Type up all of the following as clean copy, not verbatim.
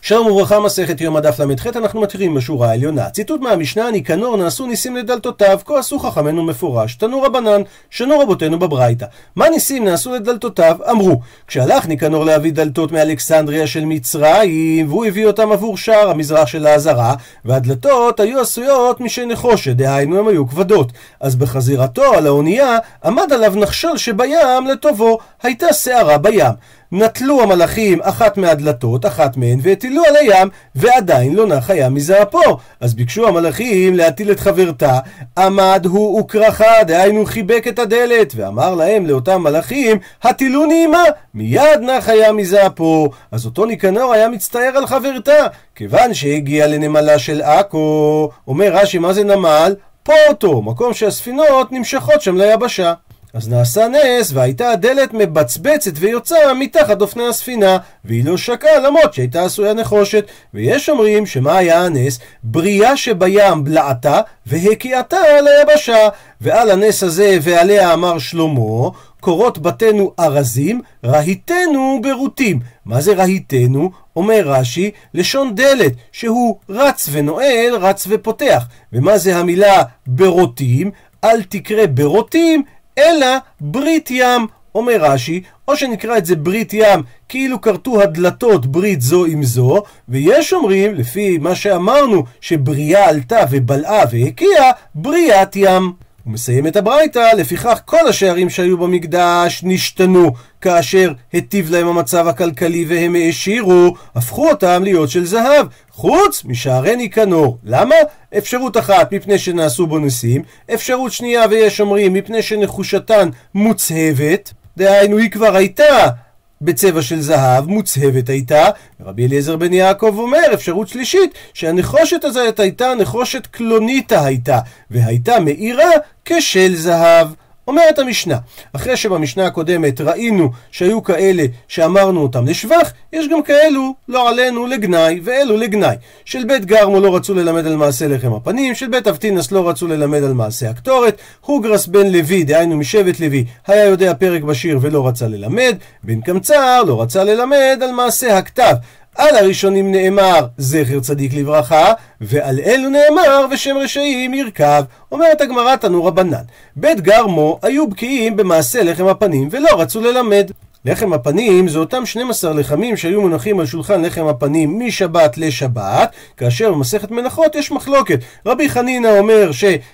שלום וברכה, מסכת יום הדף ל"ח, אנחנו מתחילים בשורה העליונה. ציטוט מהמשנה: ניקנור נעשו ניסים לדלתותיו, כה עשו חכמינו מפורש, תנו רבנן, שנו רבותינו בברייתא. מה ניסים נעשו לדלתותיו? אמרו, כשהלך ניקנור להביא דלתות מאלכסנדריה של מצרים, והוא הביא אותם עבור שער המזרח של העזרה, והדלתות היו עשויות משי נחושת, דהיינו הם היו כבדות. אז בחזירתו על האונייה עמד עליו נחשול שבים לטובו, הייתה שערה בים. נטלו המלאכים אחת מהדלתות, אחת מהן, והטילו על הים, ועדיין לא נח הים מזעפו. אז ביקשו המלאכים להטיל את חברתה, עמד הוא וקרחה, דהיינו חיבק את הדלת, ואמר להם, לאותם מלאכים, הטילו נעימה, מיד נח הים מזעפו. אז אותו ניקנור היה מצטער על חברתה, כיוון שהגיע לנמלה של עכו. אומר רש"י, מה זה נמל? פורטו, מקום שהספינות נמשכות שם ליבשה. אז נעשה נס, והייתה הדלת מבצבצת ויוצאה מתחת אופני הספינה, והיא לא שקעה למרות שהייתה עשויה נחושת. ויש אומרים שמה היה הנס? בריאה שבים בלעתה והקיעתה על היבשה. ועל הנס הזה ועליה אמר שלמה, קורות בתינו ארזים, ראיתנו ברוטים. מה זה ראיתנו? אומר רש"י, לשון דלת, שהוא רץ ונועל, רץ ופותח. ומה זה המילה ברוטים? אל תקרא ברוטים, אלא ברית ים. אומר רש"י, או שנקרא את זה ברית ים, כאילו כרתו הדלתות ברית זו עם זו, ויש אומרים, לפי מה שאמרנו, שבריאה עלתה ובלעה והקיעה, בריאת ים. הוא מסיים את הברייתא, לפיכך כל השערים שהיו במקדש נשתנו, כאשר היטיב להם המצב הכלכלי והם העשירו, הפכו אותם להיות של זהב, חוץ משערי ניקנור. למה? אפשרות אחת, מפני שנעשו בו ניסים, אפשרות שנייה, ויש אומרים, מפני שנחושתן מוצהבת, דהיינו היא כבר הייתה בצבע של זהב, מוצהבת הייתה. רבי אליעזר בן יעקב אומר, אפשרות שלישית, שהנחושת הזאת הייתה נחושת קלוניתה הייתה, והייתה מאירה כשל זהב. אומרת המשנה, אחרי שבמשנה הקודמת ראינו שהיו כאלה שאמרנו אותם לשבח, יש גם כאלו לא עלינו לגנאי, ואלו לגנאי. של בית גרמו לא רצו ללמד על מעשה לחם הפנים, של בית אבטינס לא רצו ללמד על מעשה הקטורת, הוגרס בן לוי, דהיינו משבט לוי, היה יודע פרק בשיר ולא רצה ללמד, בן קמצר לא רצה ללמד על מעשה הכתב. על הראשונים נאמר זכר צדיק לברכה, ועל אלו נאמר ושם רשעים ירכב. אומרת הגמרא, תנו רבנן, בית גרמו היו בקיאים במעשה לחם הפנים ולא רצו ללמד. לחם הפנים זה אותם 12 לחמים שהיו מונחים על שולחן לחם הפנים משבת לשבת, כאשר במסכת מנחות יש מחלוקת. רבי חנינא אומר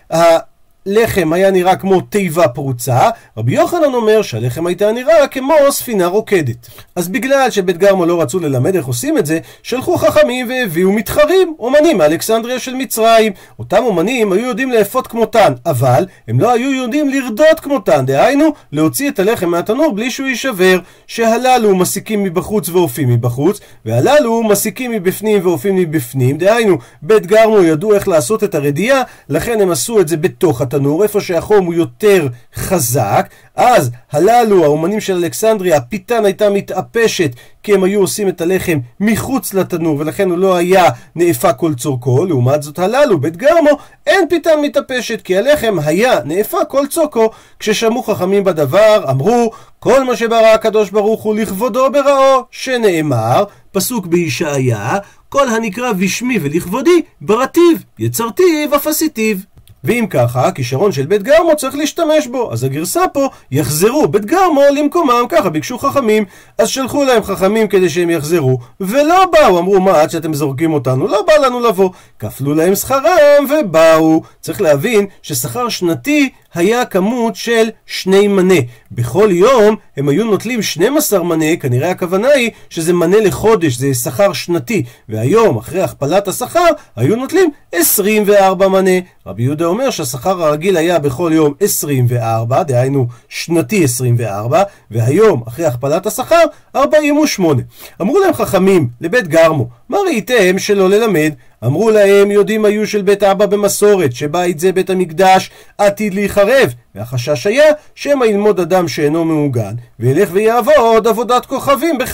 לחם היה נראה כמו תיבה פרוצה, רבי יוחנן אומר שהלחם הייתה נראה כמו ספינה רוקדת. אז בגלל שבית גרמו לא רצו ללמד איך עושים את זה, שלחו חכמים והביאו מתחרים, אומנים מאלכסנדריה של מצרים. אותם אומנים היו יודעים לאפות כמותן, אבל הם לא היו יודעים לרדות כמותן, דהיינו להוציא את הלחם מהתנור בלי שהוא יישבר. שהללו מסיקים מבחוץ ואופים מבחוץ, והללו מסיקים מבפנים ואופים מבפנים, דהיינו בית גרמו ידעו איך לעשות את הרדייה, לכן הם עשו את זה בתוך התנור, איפה שהחום הוא יותר חזק. אז הללו, האומנים של אלכסנדריה, הפיתן הייתה מתאפשת, כי הם היו עושים את הלחם מחוץ לתנור, ולכן הוא לא היה נאפה כל צורכו. לעומת זאת הללו, בית גרמו, אין פיתן מתאפשת, כי הלחם היה נאפה כל צורכו. כששמעו חכמים בדבר, אמרו, כל מה שברא הקדוש ברוך הוא לכבודו בראו, שנאמר, פסוק בישעיה, כל הנקרא בשמי ולכבודי, ברטיב, יצרתיו אף עשיתיו. ואם ככה, הכישרון של בית גרמו צריך להשתמש בו. אז הגרסה פה, יחזרו בית גרמו למקומם, ככה ביקשו חכמים. אז שלחו להם חכמים כדי שהם יחזרו, ולא באו. אמרו, מה, עד שאתם זורקים אותנו, לא בא לנו לבוא. כפלו להם שכרם ובאו. צריך להבין ששכר שנתי היה כמות של 2 מנה. בכל יום הם היו נוטלים 12 מנה, כנראה הכוונה היא שזה מנה לחודש, זה שכר שנתי. והיום, אחרי הכפלת השכר, היו נוטלים 24 מנה. רבי יהודה אומר שהשכר הרגיל היה בכל יום 24, דהיינו שנתי 24, והיום, אחרי הכפלת השכר, 48. אמרו להם חכמים לבית גרמו, מה ראיתם שלא ללמד? אמרו להם, יודעים היו של בית אבא במסורת, שבית זה בית המקדש עתיד להיחרב, והחשש היה שמא ילמוד אדם שאינו מעוגן, וילך ויעבוד עבודת כוכבים בכך.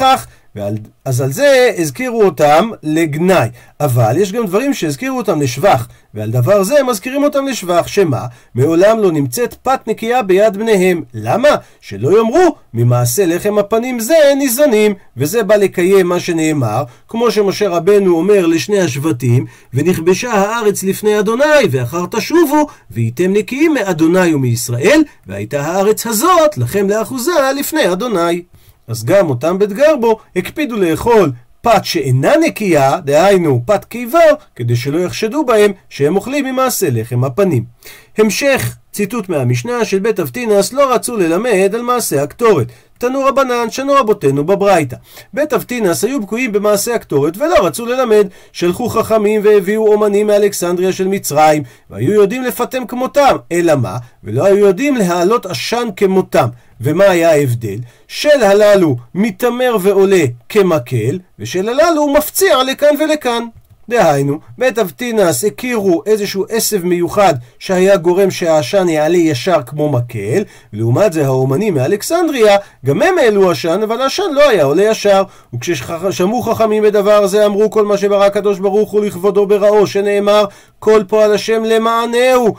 אז על זה הזכירו אותם לגנאי. אבל יש גם דברים שהזכירו אותם לשבח, ועל דבר זה מזכירים אותם לשבח, שמה? מעולם לא נמצאת פת נקייה ביד בניהם. למה? שלא יאמרו ממעשה לחם הפנים זה ניזונים, וזה בא לקיים מה שנאמר, כמו שמשה רבנו אומר לשני השבטים, ונכבשה הארץ לפני אדוני, ואחר תשובו, והייתם נקיים מאדוני ומישראל, והייתה הארץ הזאת לכם לאחוזה לפני אדוני. אז גם אותם בית גרבו הקפידו לאכול פת שאינה נקייה, דהיינו פת קיבה, כדי שלא יחשדו בהם שהם אוכלים ממעשה לחם הפנים. המשך ציטוט מהמשנה של בית אבטינס, לא רצו ללמד על מעשה הקטורת. תנו רבנן שנו רבותינו בברייתא. בית אבטינס היו בקועים במעשה הקטורת ולא רצו ללמד. שלחו חכמים והביאו אומנים מאלכסנדריה של מצרים, והיו יודעים לפתם כמותם, אלא מה? ולא היו יודעים להעלות עשן כמותם. ומה היה ההבדל? של הללו מתמר ועולה כמקל, ושל הללו מפציע לכאן ולכאן. דהיינו, בית אבטינס הכירו איזשהו עשב מיוחד שהיה גורם שהעשן יעלה ישר כמו מקל, ולעומת זה האומנים מאלכסנדריה גם הם העלו עשן, אבל העשן לא היה עולה ישר. וכששמעו חכמים בדבר זה אמרו כל מה שברא הקדוש ברוך הוא לכבודו בראו, שנאמר כל פועל השם למענהו,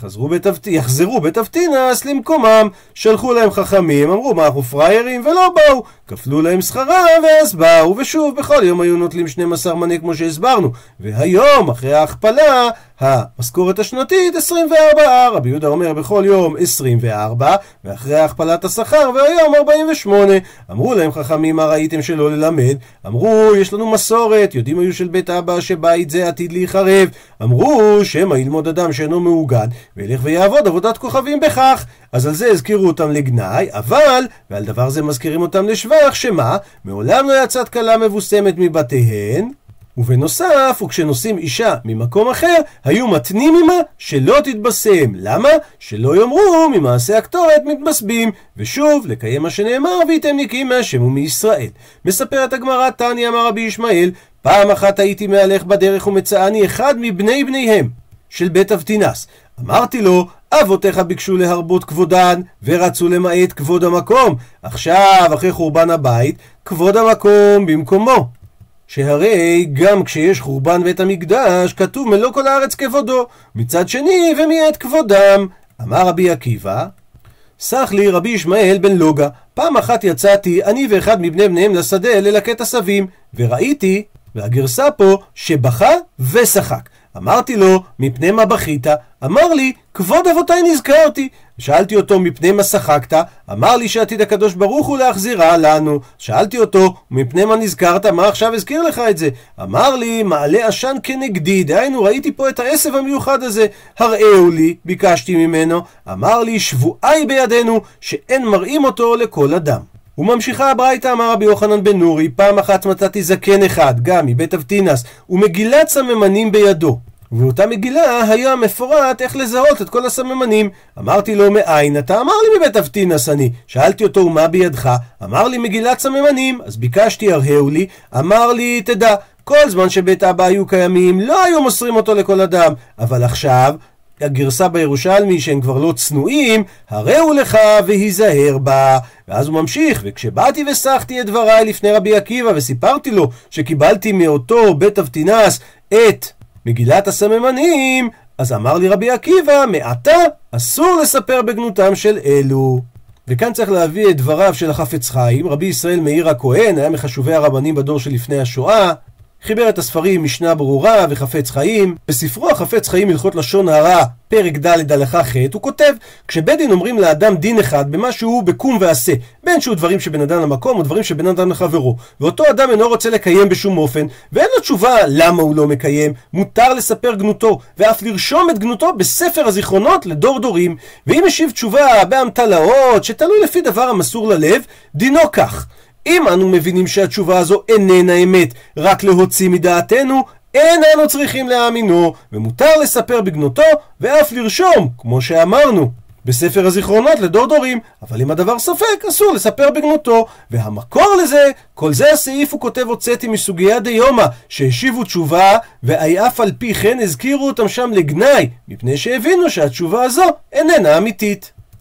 יחזרו בית אבטינס למקומם. שלחו להם חכמים, אמרו מה אנחנו פריירים, ולא באו. כפלו להם שכרה ואז באו, ושוב בכל יום היו נוטלים 12 מנה כמו שהסברנו, והיום אחרי ההכפלה המשכורת השנתית 24. רבי יהודה אומר בכל יום 24, ואחרי הכפלת השכר והיום 48. אמרו להם חכמים מה ראיתם שלא ללמד? אמרו יש לנו מסורת, יודעים היו של בית אבא שבית זה עתיד להיחרב. אמרו שמא ילמוד אדם שאינו מעוגן וילך ויעבוד עבודת כוכבים בכך. אז על זה הזכירו אותם לגנאי, אבל ועל דבר זה מזכירים אותם לשבח, שמה? מעולם לא יצאת כלה מבוסמת מבתיהן, ובנוסף, וכשנושאים אישה ממקום אחר, היו מתנים עמה שלא תתבשם. למה? שלא יאמרו ממעשה הקטורת מתבשמים. ושוב, לקיים מה שנאמר, והייתם נקיים מהשם ומישראל. מספרת הגמרא, תניא אמר רבי ישמעאל, פעם אחת הייתי מהלך בדרך ומצאני אחד מבני בניהם של בית אבטינס. אמרתי לו, אבותיך ביקשו להרבות כבודן ורצו למעט כבוד המקום. עכשיו, אחרי חורבן הבית, כבוד המקום במקומו. שהרי גם כשיש חורבן בית המקדש כתוב מלוא כל הארץ כבודו, מצד שני ומיעט כבודם. אמר רבי עקיבא, סח לי רבי ישמעאל בן לוגה, פעם אחת יצאתי אני ואחד מבני בניהם לשדה ללקט עשבים, וראיתי, והגרסה פה, שבכה ושחק. אמרתי לו, מפני מה בכית? אמר לי, כבוד אבותיי נזכרתי. שאלתי אותו, מפני מה שחקת? אמר לי שעתיד הקדוש ברוך הוא להחזירה לנו. שאלתי אותו, מפני מה נזכרת? מה עכשיו הזכיר לך את זה? אמר לי, מעלה עשן כנגדי, דהיינו ראיתי פה את העשב המיוחד הזה. הראהו לי, ביקשתי ממנו. אמר לי, שבועי בידינו, שאין מראים אותו לכל אדם. וממשיכה הברייתא, אמר רבי יוחנן בן נורי, פעם אחת מצאתי זקן אחד, גם מבית אבטינס, ומגילת סממנים בידו. ובאותה מגילה היה מפורט איך לזהות את כל הסממנים. אמרתי לו, מאין אתה? אמר לי, מבית אבטינס אני. שאלתי אותו, ומה בידך? אמר לי, מגילת סממנים. אז ביקשתי, הראהו לי. אמר לי, תדע, כל זמן שבית אבא היו קיימים, לא היו מוסרים אותו לכל אדם. אבל עכשיו, הגרסה בירושלמי שהם כבר לא צנועים, הראו לך והיזהר בה. ואז הוא ממשיך, וכשבאתי וסחתי את דבריי לפני רבי עקיבא וסיפרתי לו שקיבלתי מאותו בית אבטינס את מגילת הסממנים, אז אמר לי רבי עקיבא, מעתה אסור לספר בגנותם של אלו. וכאן צריך להביא את דבריו של החפץ חיים. רבי ישראל מאיר הכהן היה מחשובי הרבנים בדור שלפני השואה, חיבר את הספרים משנה ברורה וחפץ חיים. בספרו החפץ חיים הלכות לשון הרע, פרק ד' הלכה ח', הוא כותב, כשבית דין אומרים לאדם דין אחד במה שהוא בקום ועשה, בין שהוא דברים שבין אדם למקום או דברים שבין אדם לחברו, ואותו אדם אינו רוצה לקיים בשום אופן, ואין לו תשובה למה הוא לא מקיים, מותר לספר גנותו, ואף לרשום את גנותו בספר הזיכרונות לדור דורים. ואם השיב תשובה באמתלאות שתלוי לפי דבר המסור ללב, דינו כך. אם אנו מבינים שהתשובה הזו איננה אמת, רק להוציא מדעתנו, אין אנו צריכים להאמינו, ומותר לספר בגנותו ואף לרשום, כמו שאמרנו, בספר הזיכרונות לדור דורים. אבל אם הדבר ספק, אסור לספר בגנותו. והמקור לזה, כל זה הסעיף הוא כותב הוצאתי מסוגיה דיומא, שהשיבו תשובה, ואף על פי כן הזכירו אותם שם לגנאי, מפני שהבינו שהתשובה הזו איננה אמיתית.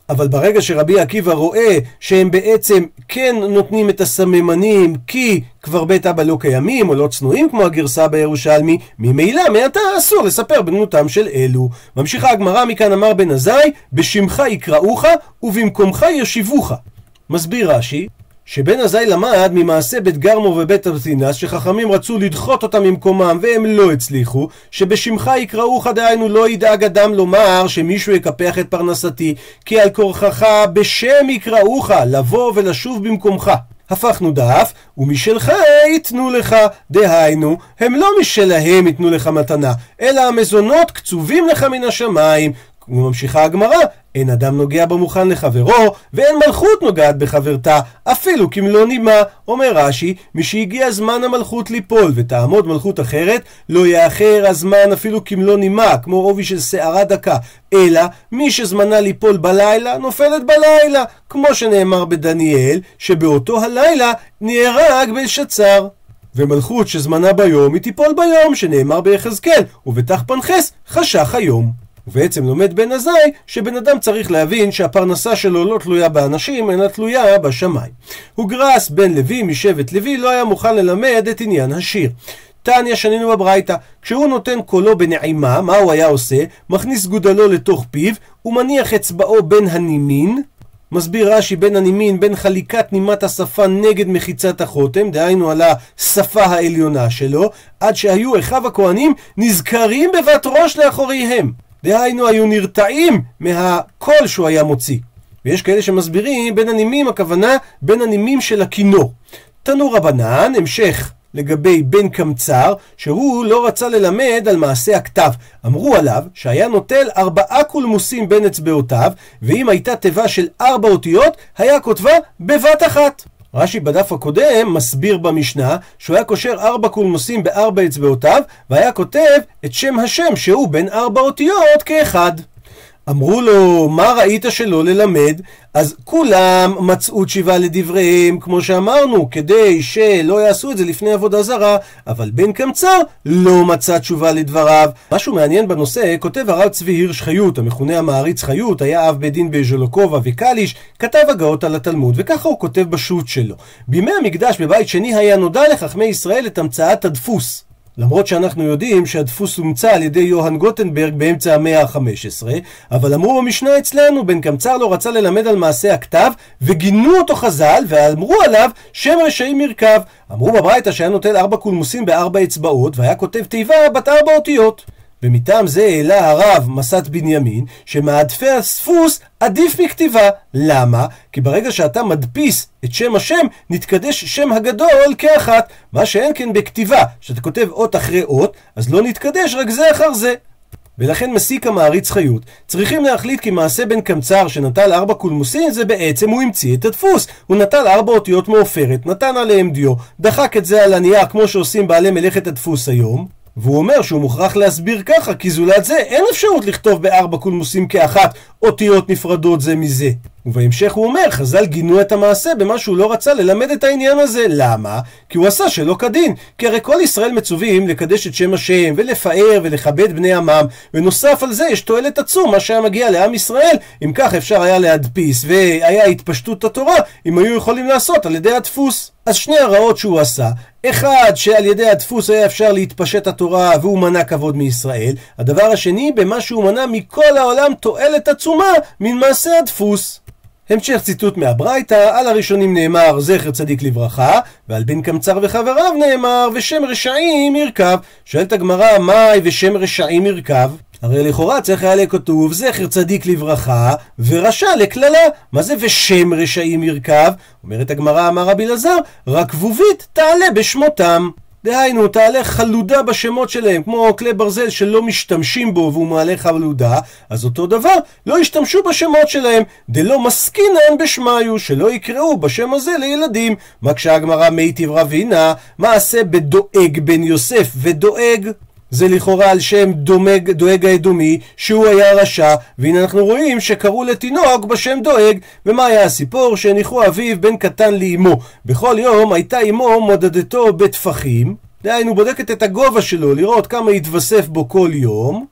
אבל ברגע שרבי עקיבא רואה שהם בעצם כן נותנים את הסממנים כי כבר בית אבא לא קיימים או לא צנועים כמו הגרסה בירושלמי, ממילא מעתה אסור לספר בדמותם של אלו. ממשיכה הגמרא, מכאן אמר בן עזאי, בשמך יקראוך ובמקומך ישיבוך. מסביר רש"י שבן עזאי למד ממעשה בית גרמו ובית אבטינס שחכמים רצו לדחות אותם ממקומם והם לא הצליחו, שבשמך יקראוך דהיינו לא ידאג אדם לומר שמישהו יקפח את פרנסתי, כי על כורחך בשם יקראוך לבוא ולשוב במקומך. הפכנו דף, ומשלך ייתנו לך, דהיינו הם לא משלהם ייתנו לך מתנה, אלא המזונות קצובים לך מן השמיים. וממשיכה הגמרא, אין אדם נוגע במוכן לחברו, ואין מלכות נוגעת בחברתה, אפילו כמלוא נימה. אומר רש"י, משהגיע זמן המלכות ליפול ותעמוד מלכות אחרת, לא יאחר הזמן אפילו כמלוא נימה, כמו עובי של שערה דקה, אלא מי שזמנה ליפול בלילה, נופלת בלילה, כמו שנאמר בדניאל, שבאותו הלילה נהרג בלשצר. ומלכות שזמנה ביום, היא תיפול ביום, שנאמר ביחזקאל, ובתח פנחס חשך היום. ובעצם לומד בן עזאי שבן אדם צריך להבין שהפרנסה שלו לא תלויה באנשים, אלא תלויה בשמיים. הוגרס בן לוי משבט לוי לא היה מוכן ללמד את עניין השיר. תניא שנינו בברייתא, כשהוא נותן קולו בנעימה, מה הוא היה עושה? מכניס גודלו לתוך פיו ומניח אצבעו בין הנימין. מסביר רש"י, בין הנימין, בין חליקת נימת השפה נגד מחיצת החותם, דהיינו על השפה העליונה שלו, עד שהיו אחיו הכהנים נזכרים בבת ראש לאחוריהם. דהיינו היו נרתעים מהקול שהוא היה מוציא. ויש כאלה שמסבירים בין הנימים, הכוונה בין הנימים של הכינור. תנו רבנן, המשך לגבי בן קמצר, שהוא לא רצה ללמד על מעשה הכתב. אמרו עליו שהיה נוטל 4 קולמוסים בין אצבעותיו, ואם הייתה תיבה של 4 אותיות, היה כותבה בבת אחת. רש"י בדף הקודם מסביר במשנה שהוא היה קושר 4 קולמוסים ב4 אצבעותיו, והיה כותב את שם השם שהוא בין 4 אותיות כאחד. אמרו לו, מה ראית שלא ללמד? אז כולם מצאו תשיבה לדבריהם, כמו שאמרנו, כדי שלא יעשו את זה לפני עבודה זרה, אבל בן קמצר לא מצא תשובה לדבריו. משהו מעניין בנושא, כותב הרב צבי הירש חיות, המכונה המעריץ חיות, היה אב בית דין בז'ולוקובה וקליש, כתב הגאות על התלמוד, וככה הוא כותב בשו"ת שלו. בימי המקדש בבית שני היה נודע לחכמי ישראל את המצאת הדפוס. למרות שאנחנו יודעים שהדפוס הומצא על ידי יוהאן גוטנברג באמצע המאה ה-15, אבל אמרו במשנה אצלנו, בן קמצר לא רצה ללמד על מעשה הכתב, וגינו אותו חז"ל, ואמרו עליו שם רשעים ירכב. אמרו בברייתא שהיה נוטל 4 קולמוסים ב4 אצבעות, והיה כותב תיבה בת 4 אותיות. ומטעם זה העלה הרב מסת בנימין שמעדפי הדפוס עדיף מכתיבה. למה? כי ברגע שאתה מדפיס את שם השם, נתקדש שם הגדול כאחת, מה שאין כן בכתיבה, שאתה כותב אות אחרי אות, אז לא נתקדש רק זה אחר זה. ולכן מסיק המעריץ חיות, צריכים להחליט כי מעשה בן קמצר שנטל 4 קולמוסים, זה בעצם הוא המציא את הדפוס. הוא נטל 4 אותיות מעופרת, נתן עליהם דיו, דחק את זה על הנייר כמו שעושים בעלי מלאכת הדפוס היום, והוא אומר שהוא מוכרח להסביר ככה, כי זולת זה אין אפשרות לכתוב ב4 קולמוסים כאחת אותיות נפרדות זה מזה. ובהמשך הוא אומר, חז"ל גינו את המעשה במה שהוא לא רצה ללמד את העניין הזה. למה? כי הוא עשה שלא כדין. כי הרי כל ישראל מצווים לקדש את שם השם ולפאר ולכבד בני עמם, ונוסף על זה יש תועלת עצום מה שהיה מגיע לעם ישראל. אם כך אפשר היה להדפיס והיה התפשטות התורה אם היו יכולים לעשות על ידי הדפוס. אז שני הרעות שהוא עשה, אחד שעל ידי הדפוס היה אפשר להתפשט התורה והוא מנע כבוד מישראל, הדבר השני במה שהוא מנע מכל העולם תועלת עצומה מן מעשה הדפוס. המשך ציטוט מהברייתא, על הראשונים נאמר זכר צדיק לברכה, ועל בן קמצר וחבריו נאמר ושם רשעים ירכב. שואלת הגמרא, מהי ושם רשעים ירכב? הרי לכאורה צריך היה לכתוב זכר צדיק לברכה ורשע לכללה. מה זה ושם רשעים ירכב? אומרת הגמרא, אמר רבי אלעזר, רק כבובית תעלה בשמותם. דהיינו, תעלה חלודה בשמות שלהם, כמו כלי ברזל שלא משתמשים בו והוא מעלה חלודה, אז אותו דבר, לא ישתמשו בשמות שלהם, דלא מסכינן בשמיו, שלא יקראו בשם הזה לילדים. מה כשהגמרא מיטיב רבינה, מעשה בדואג בן יוסף ודואג? זה לכאורה על שם דואג האדומי, שהוא היה רשע, והנה אנחנו רואים שקראו לתינוק בשם דואג. ומה היה הסיפור? שהניחו אביו בן קטן לאמו, בכל יום הייתה אמו מודדתו בטפחים, דהיינו בודקת את הגובה שלו לראות כמה יתווסף בו כל יום,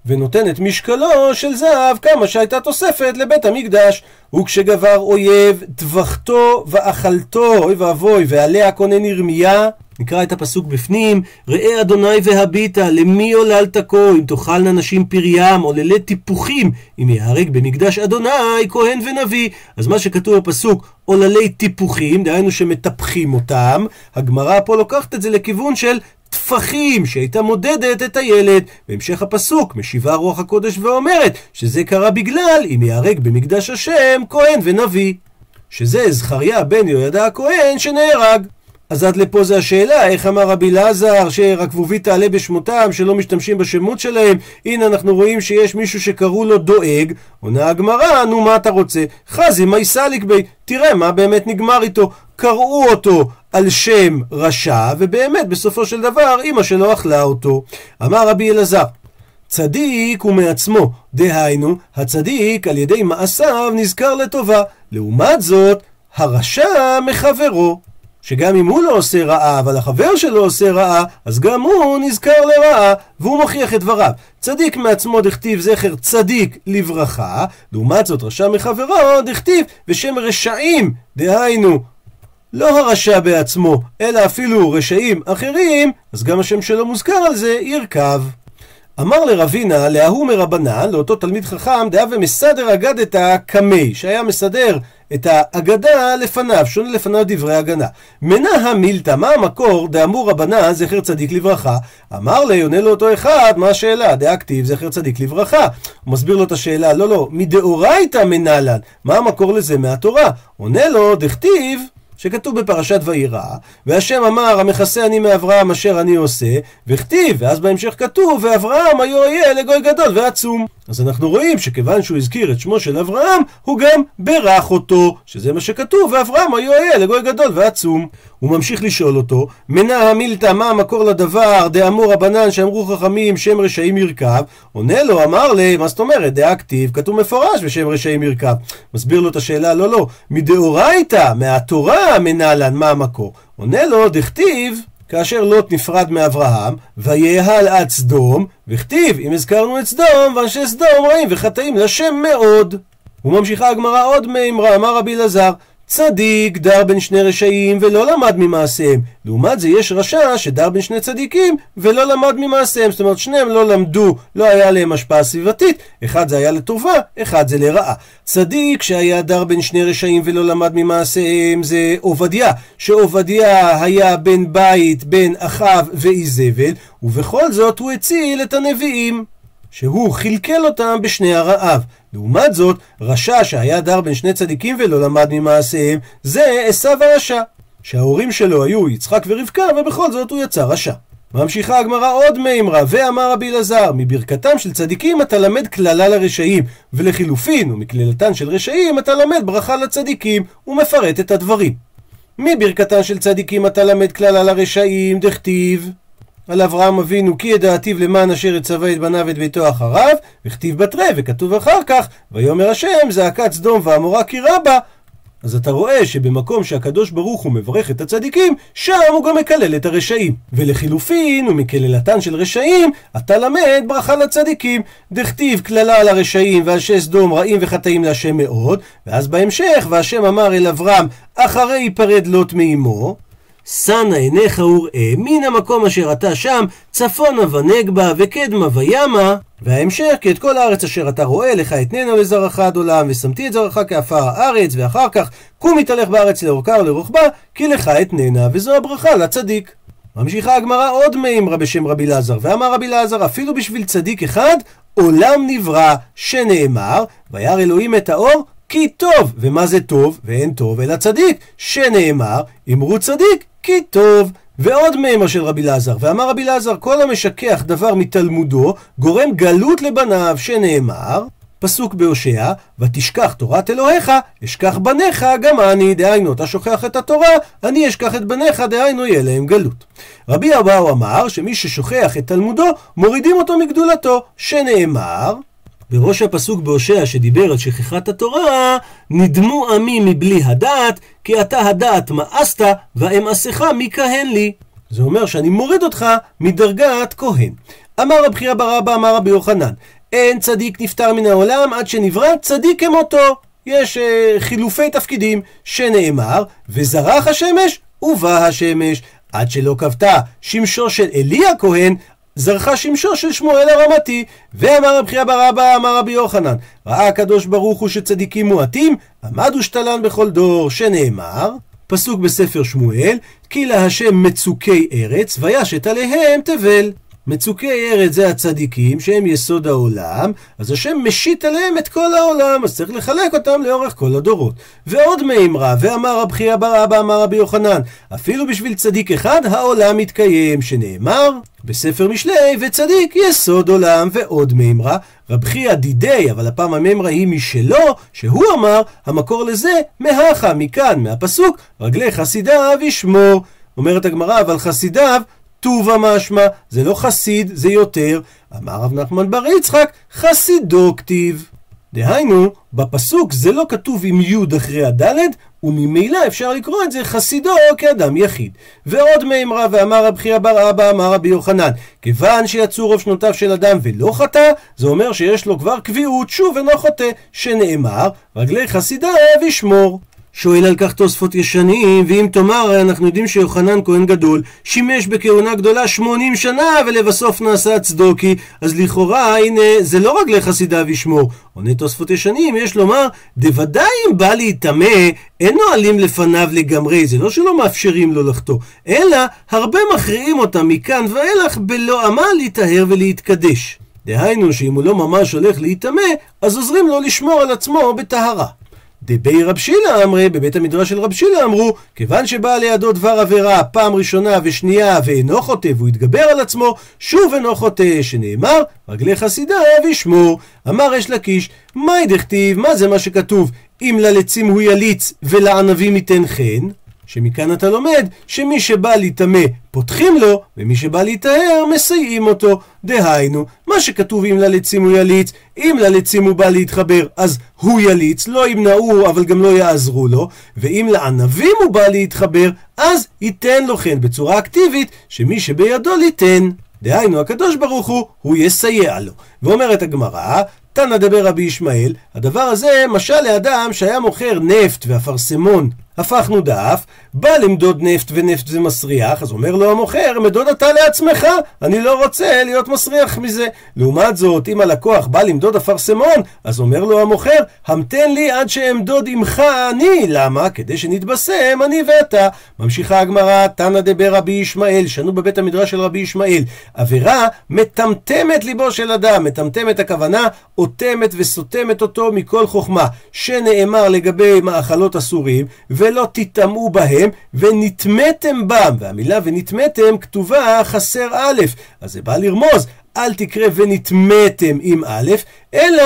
ונותן את משקלו של זהב כמה שהייתה תוספת לבית המקדש. וכשגבר אויב טבחתו ואכלתו, אוי ואבוי, ועליה כונן ירמיה. נקרא את הפסוק בפנים, ראה אדוני והביטה, למי עוללת כה, אם תאכלנה נשים פריים, עוללי טיפוחים, אם יהרג במקדש אדוני כהן ונביא. אז מה שכתוב בפסוק, עוללי טיפוחים, דהיינו שמטפחים אותם, הגמרא פה לוקחת את זה לכיוון של טפחים, שהייתה מודדת את הילד. בהמשך הפסוק משיבה רוח הקודש ואומרת שזה קרה בגלל אם יהרג במקדש השם כהן ונביא, שזה זכריה בן יהוידע הכהן שנהרג. אז עד לפה זה השאלה, איך אמר רבי אלעזר שרקבובית תעלה בשמותם, שלא משתמשים בשמות שלהם? הנה אנחנו רואים שיש מישהו שקראו לו דואג. עונה הגמרא, נו מה אתה רוצה? חזי מי סליק בי, תראה מה באמת נגמר איתו. קראו אותו על שם רשע, ובאמת בסופו של דבר אמא שלו אכלה אותו. אמר רבי אלעזר, צדיק הוא מעצמו, דהיינו הצדיק על ידי מעשיו נזכר לטובה, לעומת זאת הרשע מחברו, שגם אם הוא לא עושה רעה, אבל החבר שלו עושה רעה, אז גם הוא נזכר לרעה, והוא מוכיח את דבריו. צדיק מעצמו דכתיב זכר צדיק לברכה, לעומת זאת רשע מחברו דכתיב ושם רשעים, דהיינו לא הרשע בעצמו, אלא אפילו רשעים אחרים, אז גם השם שלו מוזכר על זה, ירכב. אמר לרבינה, להוא מרבנן, לאותו תלמיד חכם, דאה ומסדר אגד את הקמי, שהיה מסדר את האגדה לפניו, שונה לפניו דברי הגנה. מנה המילתא, מה המקור דאמור רבנן זכר צדיק לברכה? אמר לי, עונה לו אותו אחד, מה השאלה? דאה כתיב זכר צדיק לברכה. הוא מסביר לו את השאלה, לא, מדאורייתא מנהלן, מה המקור לזה מהתורה? עונה לו, דכתיב שכתוב בפרשת וירא, והשם אמר המכסה אני מאברהם אשר אני עושה, וכתיב, ואז בהמשך כתוב, ואברהם היו יהיה לגוי גדול ועצום. אז אנחנו רואים שכיוון שהוא הזכיר את שמו של אברהם, הוא גם ברך אותו, שזה מה שכתוב, ואברהם היו יהיה לגוי גדול ועצום. הוא ממשיך לשאול אותו, מנה המילתא, מה המקור לדבר דאמור רבנן שאמרו חכמים שם רשעים ירכב? עונה לו, אמר לי, מה זאת אומרת? דאה כתיב, כתוב מפורש ושם רשעים ירכב. מסביר לו את השאלה, לא, מדאורייתא, מהתורה מנהלן, מה המקור? עונה לו, דכתיב כאשר לוט נפרד מאברהם, ויהל עד סדום, וכתיב, אם הזכרנו את סדום, ואנשי סדום רעים וחטאים לשם מאוד. וממשיכה הגמרא עוד מאמרה, אמר רבי אלעזר, צדיק דר בין שני רשעים ולא למד ממעשיהם. לעומת זה יש רשע שדר בין שני צדיקים ולא למד ממעשיהם. זאת אומרת שניהם לא למדו, לא היה להם השפעה סביבתית, אחד זה היה לטובה, אחד זה לרעה. צדיק שהיה דר בין שני רשעים ולא למד ממעשיהם זה עובדיה, שעובדיה היה בן בית בין אחיו ואיזבל, ובכל זאת הוא הציל את הנביאים, שהוא חלקל אותם בשני הרעב. לעומת זאת, רשע שהיה דר בין שני צדיקים ולא למד ממעשיהם, זה עשיו הרשע, שההורים שלו היו יצחק ורבקה, ובכל זאת הוא יצא רשע. ממשיכה הגמרא עוד מאמרה, ואמר רבי אלעזר, מברכתם של צדיקים אתה למד כללה לרשעים, ולחילופין ומכללתן של רשעים אתה למד ברכה לצדיקים, ומפרט את הדברים. מברכתן של צדיקים אתה למד כללה לרשעים, דכתיב על אברהם אבינו כי ידעתיו למען אשר יצווה את בניו ואת ביתו אחריו, וכתיב בתרי, וכתוב אחר כך ויאמר השם זעקת סדום ועמורה כי רבה. אז אתה רואה שבמקום שהקדוש ברוך הוא מברך את הצדיקים, שם הוא גם מקלל את הרשעים. ולחילופין ומקללתן של רשעים אתה למד ברכה לצדיקים, דכתיב כללה על הרשעים ואנשי סדום רעים וחטאים להשם מאוד, ואז בהמשך והשם אמר אל אברהם אחרי ייפרד לוט מאמו, שנה עיניך וראה מן המקום אשר אתה שם צפונה ונגבה וקדמה וימה, וההמשך כי את כל הארץ אשר אתה רואה לך אתננה לזרעך עד עולם ושמתי את זרעך כעפר הארץ, ואחר כך קום התהלך בארץ לאורכה ולרוחבה כי לך אתננה, וזו הברכה לצדיק. ממשיכה הגמרא עוד מאמרה בשם רבי אלעזר, ואמר רבי אלעזר אפילו בשביל צדיק אחד עולם נברא, שנאמר וירא אלוהים את האור כי טוב. ומה זה טוב? ואין טוב אלא צדיק, שנאמר אמרו צדיק כי טוב. ועוד מאמר של רבי אלעזר, ואמר רבי אלעזר כל המשכח דבר מתלמודו גורם גלות לבניו, שנאמר פסוק בהושע ותשכח תורת אלוהיך אשכח בניך גם אני, דהיינו אתה שוכח את התורה אני אשכח את בניך, דהיינו יהיה להם גלות. רבי אבאו אמר שמי ששוכח את תלמודו מורידים אותו מגדולתו, שנאמר בראש הפסוק בהושע שדיבר על שכחת התורה, נדמו עמי מבלי הדעת, כי אתה הדעת מאסת, ואמאסך מי כהן לי. זה אומר שאני מוריד אותך מדרגת כהן. אמר רבי חייא בר אבא אמר רבי יוחנן, אין צדיק נפטר מן העולם עד שנברא צדיק כמותו. יש חילופי תפקידים, שנאמר, וזרח השמש ובא השמש, עד שלא כבתה שמשו של אלי הכהן, זרחה שמשו של שמואל הרמתי. ואמר רבי חייא בר אבא אמר רבי יוחנן, ראה הקדוש ברוך הוא שצדיקים מועטים, עמד ושתלן בכל דור, שנאמר, פסוק בספר שמואל, כי להשם מצוקי ארץ וישת עליהם תבל. מצוקי ארץ זה הצדיקים שהם יסוד העולם, אז השם משית עליהם את כל העולם, אז צריך לחלק אותם לאורך כל הדורות. ועוד מאמרה, ואמר רבי חייא בר אבא אמר רבי יוחנן, אפילו בשביל צדיק אחד העולם מתקיים, שנאמר בספר משלי, וצדיק יסוד עולם. ועוד מאמרה, רבי חייא דידי, אבל הפעם המאמרה היא משלו, שהוא אמר, המקור לזה מהכה, מכאן, מהפסוק, רגלי חסידיו ישמור. אומרת הגמרא, אבל חסידיו טובה משמע, זה לא חסיד, זה יותר. אמר רב נחמן בר יצחק, חסידו כתיב. דהיינו, בפסוק זה לא כתוב עם יוד אחרי הדלת, וממילא אפשר לקרוא את זה חסידו כאדם יחיד. ועוד מאמרה, ואמר רבי חייא בר אבא אמר רבי יוחנן, כיוון שיצאו רוב שנותיו של אדם ולא חטא, זה אומר שיש לו כבר קביעות, שוב אינו חוטא, שנאמר, רגלי חסידיו ישמור. שואל על כך תוספות ישנים, ואם תאמר, אנחנו יודעים שיוחנן כהן גדול שימש בכהונה גדולה 80 שנה ולבסוף נעשה צדוקי, אז לכאורה הנה זה לא רגלי חסידיו ישמור. עונה תוספות ישנים, יש לומר, דוודאי אם בא להיטמא אין נועלים לפניו לגמרי, זה לא שלא מאפשרים לו לחטוא, אלא הרבה מכריעים אותם מכאן ואילך בלא עמל להיטהר ולהתקדש. דהיינו שאם הוא לא ממש הולך להיטמא, אז עוזרים לו לשמור על עצמו בטהרה. דבי רב שילה אמרי, בבית המדרש של רב שילה אמרו, כיוון שבא לידו דבר עבירה פעם ראשונה ושנייה ואינו חוטא והוא יתגבר על עצמו, שוב אינו חוטא, שנאמר, רגלי חסידיו ישמור. אמר יש לקיש, מהי דכתיב, מה זה מה שכתוב, אם ללצים הוא יליץ ולענבים ייתן חן? שמכאן אתה לומד שמי שבא להיטמא פותחים לו, ומי שבא להיטהר מסייעים אותו. דהיינו, מה שכתוב אם ללצים הוא יליץ, אם ללצים הוא בא להתחבר אז הוא יליץ, לא ימנעו אבל גם לא יעזרו לו, ואם לענבים הוא בא להתחבר אז ייתן לו חן בצורה אקטיבית, שמי שבידו ליתן. דהיינו הקדוש ברוך הוא יסייע לו. ואומרת הגמרא, תנא דבר רבי ישמעאל, הדבר הזה משל לאדם שהיה מוכר נפט ואפרסמון, הפכנו דף, בא למדוד נפט ונפט זה מסריח, אז אומר לו המוכר, מדוד אתה לעצמך, אני לא רוצה להיות מסריח מזה. לעומת זאת, אם הלקוח בא למדוד אפרסמון, אז אומר לו המוכר, המתן לי עד שאמדוד עמך אני. למה? כדי שנתבשם אני ואתה. ממשיכה הגמרא, תנא דבר רבי ישמעאל, שנו בבית המדרש של רבי ישמעאל, עבירה מטמטמת ליבו של אדם. מטמטמת הכוונה, אוטמת וסותמת אותו מכל חוכמה, שנאמר לגבי מאכלות אסורים, ולא תטמאו בהם ונטמאתם בם. והמילה ונטמאתם כתובה חסר א', אז זה בא לרמוז, אל תקרא ונטמאתם עם א', אלא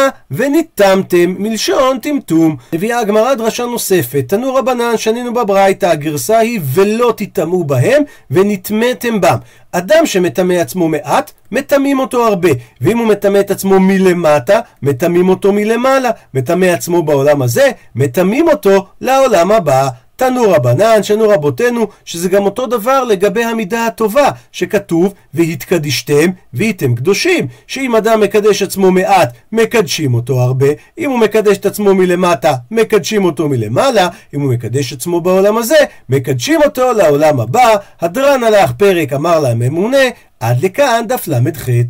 וניטמתם מלשון טמטום. הביאה הגמרא דרשה נוספת, תנו רבנן שנינו בברייתא, הגרסה היא ולא תטמאו בהם ונטמאתם בם. אדם שמטמא עצמו מעט, מטמאים אותו הרבה, ואם הוא מטמא את עצמו מלמטה, מטמאים אותו מלמעלה. מטמא עצמו בעולם הזה, מטמאים אותו לעולם הבא. תנו רבנן, שנו רבותינו, שזה גם אותו דבר לגבי המידה הטובה, שכתוב, והתקדישתם והייתם קדושים, שאם אדם מקדש עצמו מעט, מקדשים אותו הרבה, אם הוא מקדש את עצמו מלמטה, מקדשים אותו מלמעלה, אם הוא מקדש עצמו בעולם הזה, מקדשים אותו לעולם הבא. הדרן הלך פרק אמר לה הממונה, עד לכאן דף למד ח'.